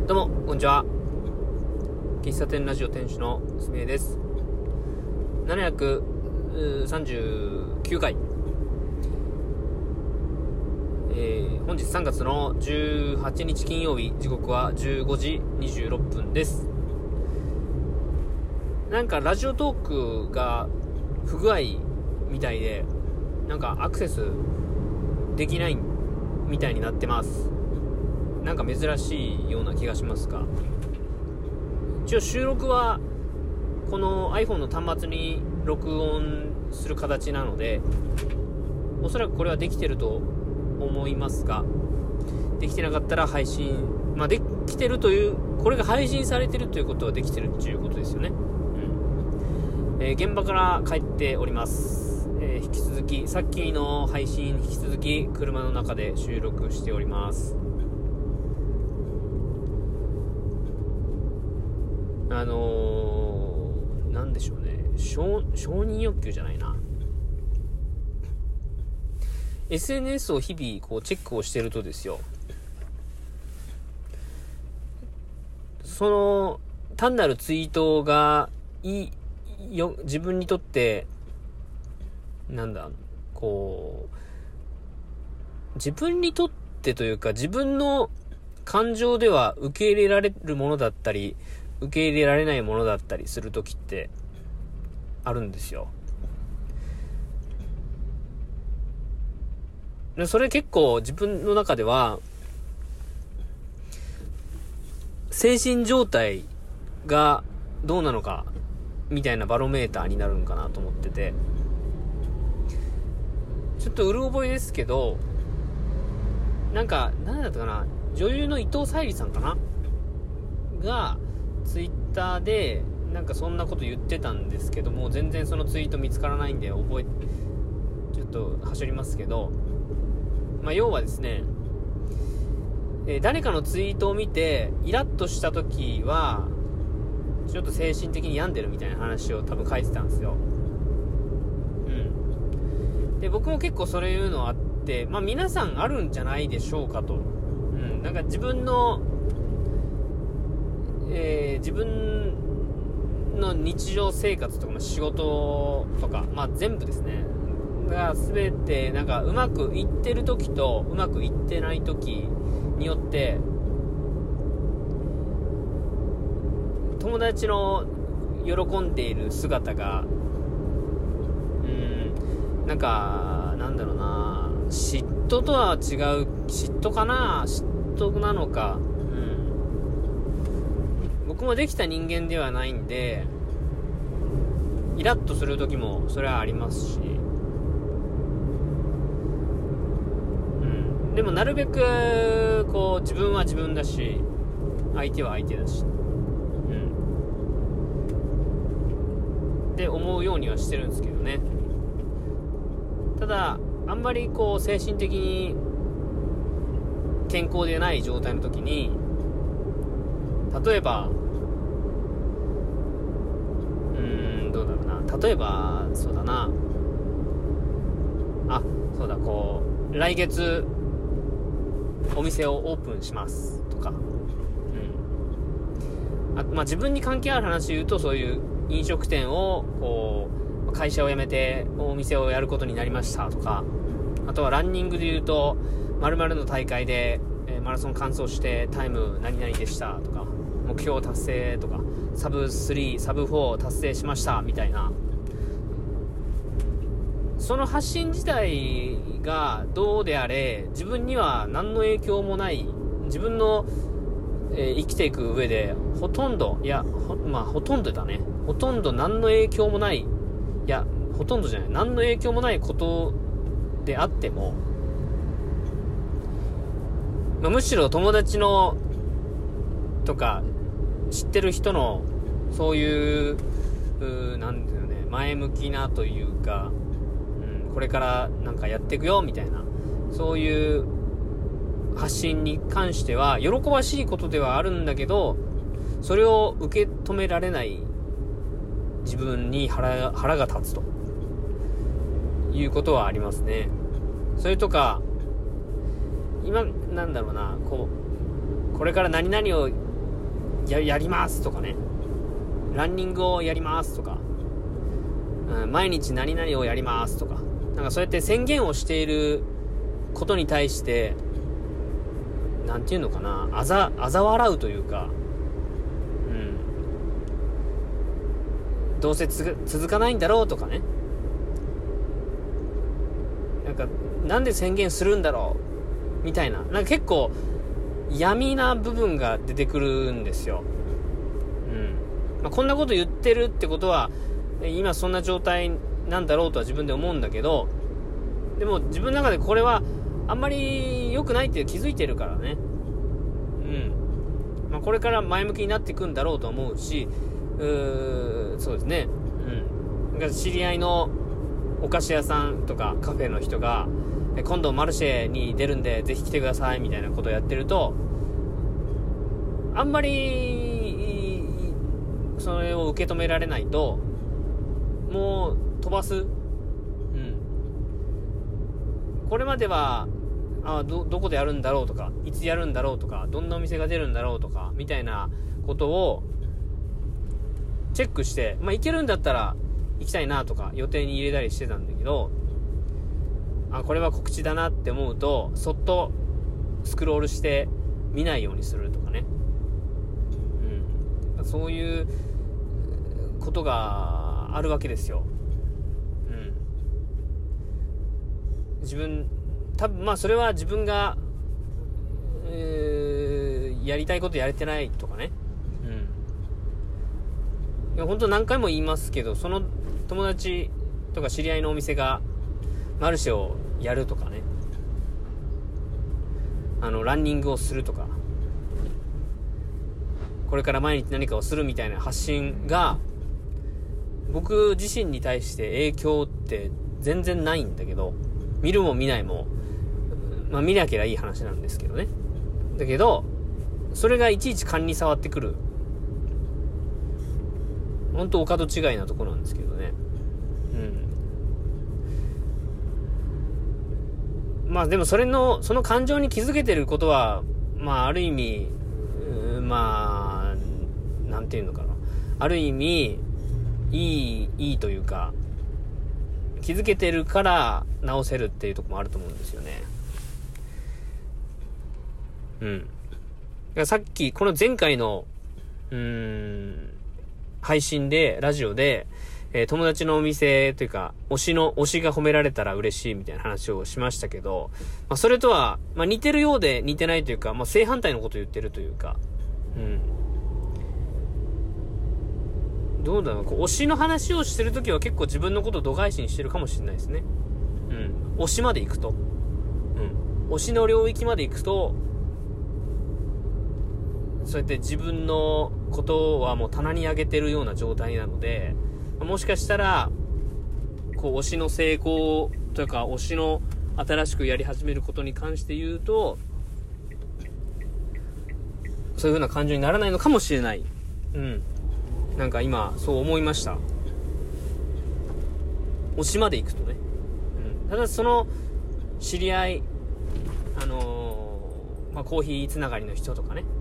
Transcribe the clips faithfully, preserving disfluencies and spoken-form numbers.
どうもこんにちは。喫茶店ラジオ店主のすみえです。ななひゃくさんじゅうきゅうかい、えー、本日さんがつのじゅうはちにち金曜日、時刻はじゅうごじにじゅうろっぷんです。なんかラジオトークが不具合みたいで、なんかアクセスできないみたいになってます。なんか珍しいような気がしますが、一応収録はこの iPhone の端末に録音する形なので、おそらくこれはできてると思いますが、できてなかったら配信、まあできてるという、これが配信されてるということはできてるっていうことですよね。うん。えー、現場から帰っております。えー、引き続きさっきの配信引き続き車の中で収録しております。あのー、なんでしょうね、承、承認欲求じゃないな。エスエヌエス を日々こうチェックをしてるとですよ、その単なるツイートがいいよ、自分にとってなんだこう自分にとってというか、自分の感情では受け入れられるものだったり受け入れられないものだったりするときってあるんですよ。でそれ結構自分の中では精神状態がどうなのかみたいなバロメーターになるのかなと思ってて、ちょっとうる覚えですけど、なんか何だったかな、女優の伊藤沙莉さんかながツイッターでなんかそんなこと言ってたんですけども、全然そのツイート見つからないんで覚えちょっとはしょりますけど、まあ要はですね、えー、誰かのツイートを見てイラッとした時はちょっと精神的に病んでるみたいな話を多分書いてたんですよ。うんで僕も結構それいうのあって、まあ皆さんあるんじゃないでしょうかと。うんなんか自分のえー、自分の日常生活とか、まあ、仕事とか、まあ、全部ですねが全てなんかうまくいってる時とうまくいってない時によって友達の喜んでいる姿がうーんなんかなんだろうな、嫉妬とは違う、嫉妬かな嫉妬なのか、僕もできた人間ではないんでイラッとする時もそれはありますし、うん、でもなるべくこう自分は自分だし相手は相手だし、うん、って思うようにはしてるんですけどね。ただあんまりこう精神的に健康でない状態の時に、例えば例えばそうだなあそうだこう来月お店をオープンしますとか、うんあまあ、自分に関係ある話で言うと、そういう飲食店をこう会社を辞めてお店をやることになりましたとか、あとはランニングで言うと〇〇の大会で、えー、マラソン完走してタイム何々でしたとか、目標達成とか、サブスリー、サブフォー達成しましたみたいな、その発信自体がどうであれ自分には何の影響もない、自分の、えー、生きていく上でほとんどいやほまあほとんどだねほとんど何の影響もない、いやほとんどじゃない何の影響もないことであっても、まあ、むしろ友達のとか知ってる人のそういう、うなんていうのね、前向きなというか、うん、これからなんかやっていくよみたいな、そういう発信に関しては喜ばしいことではあるんだけど、それを受け止められない自分に腹、腹が立つということはありますね。それとか今なんだろうな、こうこれから何々をや, やりますとかね、ランニングをやりますとか、うん、毎日何々をやりますとか、なんかそうやって宣言をしていることに対してなんていうのかな、あざあざ笑うというか、うん、どうせつ続かないんだろうとかね、なんかなんで宣言するんだろうみたいな、なんか結構闇な部分が出てくるんですよ。うんまあ、こんなこと言ってるってことは今そんな状態なんだろうとは自分で思うんだけど、でも自分の中でこれはあんまり良くないって気づいてるからね。うんまあ、これから前向きになっていくんだろうと思うし、うーそうですね。うん。なんか知り合いのお菓子屋さんとかカフェの人が今度マルシェに出るんでぜひ来てくださいみたいなことをやってると、あんまりそれを受け止められないともう飛ばす。うん。これまではあ ど, どこでやるんだろうとか、いつやるんだろうとか、どんなお店が出るんだろうとかみたいなことをチェックして、まあ行けるんだったら行きたいなとか予定に入れたりしてたんだけど、あこれは告知だなって思うとそっとスクロールして見ないようにするとかね、うん、そういうことがあるわけですよ。うん、自分多分まあそれは自分が、えー、やりたいことやれてないとかね、うん、いや本当何回も言いますけど、その友達とか知り合いのお店がマルシェをやるとかね、あのランニングをするとか、これから毎日何かをするみたいな発信が僕自身に対して影響って全然ないんだけど、見るも見ないもまあ見なきゃいい話なんですけどね。だけどそれがいちいち勘に触ってくる、本当お門違いなとこなんですけどね。うんまあでもそれのその感情に気づけてることはまあある意味まあなんていうのかな、ある意味いいいいというか、気づけてるから直せるっていうところもあると思うんですよね。うん。だからさっきこの前回のうーん配信でラジオで、えー、友達のお店というか推しの推しが褒められたら嬉しいみたいな話をしましたけど、まあ、それとは、まあ、似てるようで似てないというか、まあ、正反対のことを言ってるというか、うんどうだろう、こう推しの話をしてるときは結構自分のことを度外視にしてるかもしれないですね。うん推しまで行くと、うん推しの領域まで行くとそうやって自分のことはもう棚に上げてるような状態なので、もしかしたらこう推しの成功というか推しの新しくやり始めることに関して言うとそういう風な感情にならないのかもしれない。うんなんか今そう思いました。推しまで行くとね、うん、ただその知り合いあのー、まあコーヒーつながりの人とかね、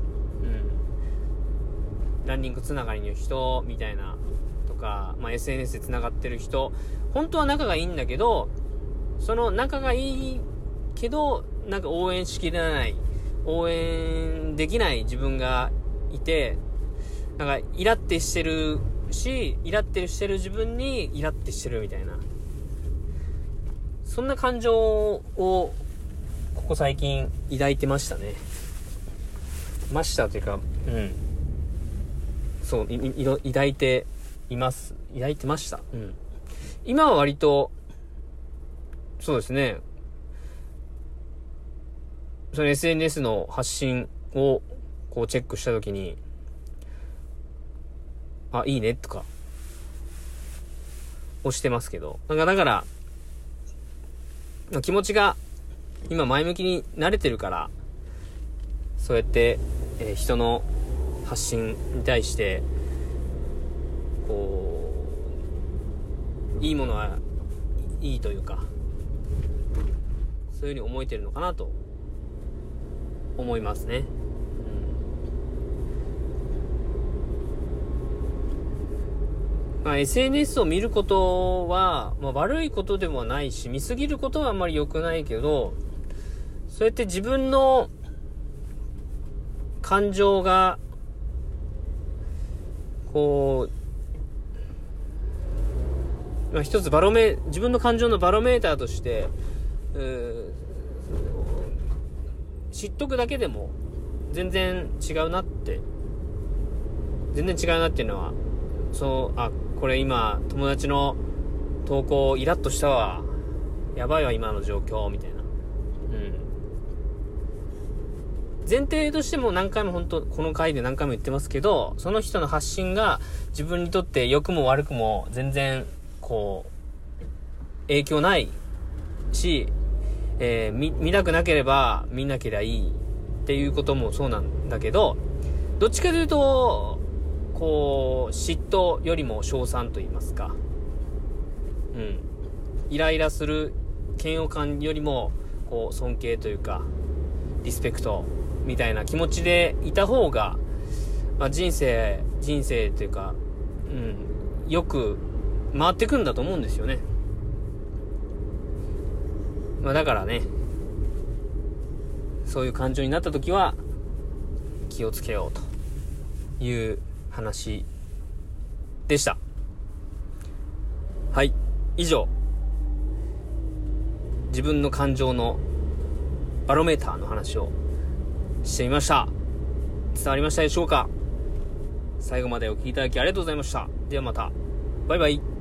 ランニングつながりの人みたいなとか、まあ、エスエヌエス でつながってる人、本当は仲がいいんだけど、その仲がいいけどなんか応援しきれない、応援できない自分がいて、なんかイラってしてるし、イラってしてる自分にイラってしてるみたいな、そんな感情をここ最近抱いてましたね。ましたというか、うんそういい抱いています抱いてました、うん、今は割とそうですね、その エスエヌエス の発信をこうチェックしたときにあいいねとか押してますけど、なんかだから気持ちが今前向きに慣れてるから、そうやって、えー、人の発信に対してこういいものはいいというか、そういう風に思えてるのかなと思いますね。 まあ、エスエヌエス を見ることは、まあ、悪いことでもないし、見すぎることはあんまり良くないけど、そうやって自分の感情がこう、まあ、一つバロメ自分の感情のバロメーターとしてうー知っとくだけでも全然違うなって全然違うなっていうのは、そうあこれ今友達の投稿イラッとしたわ、やばいわ今の状況みたいな、うん、前提としても何回も本当この回で何回も言ってますけど、その人の発信が自分にとって良くも悪くも全然こう影響ないし、えー、見, 見たくなければ見なければいいっていうこともそうなんだけど、どっちかというとこう嫉妬よりも称賛と言いますか、うん、イライラする嫌悪感よりもこう尊敬というかリスペクトみたいな気持ちでいた方が、まあ、人生人生というか、うん、よく回ってくんだと思うんですよね。まあだからね、そういう感情になった時は気をつけようという話でした。はい、以上自分の感情のバロメーターの話をしてみました。伝わりましたでしょうか。最後までお聞きいただきありがとうございました。ではまた、バイバイ。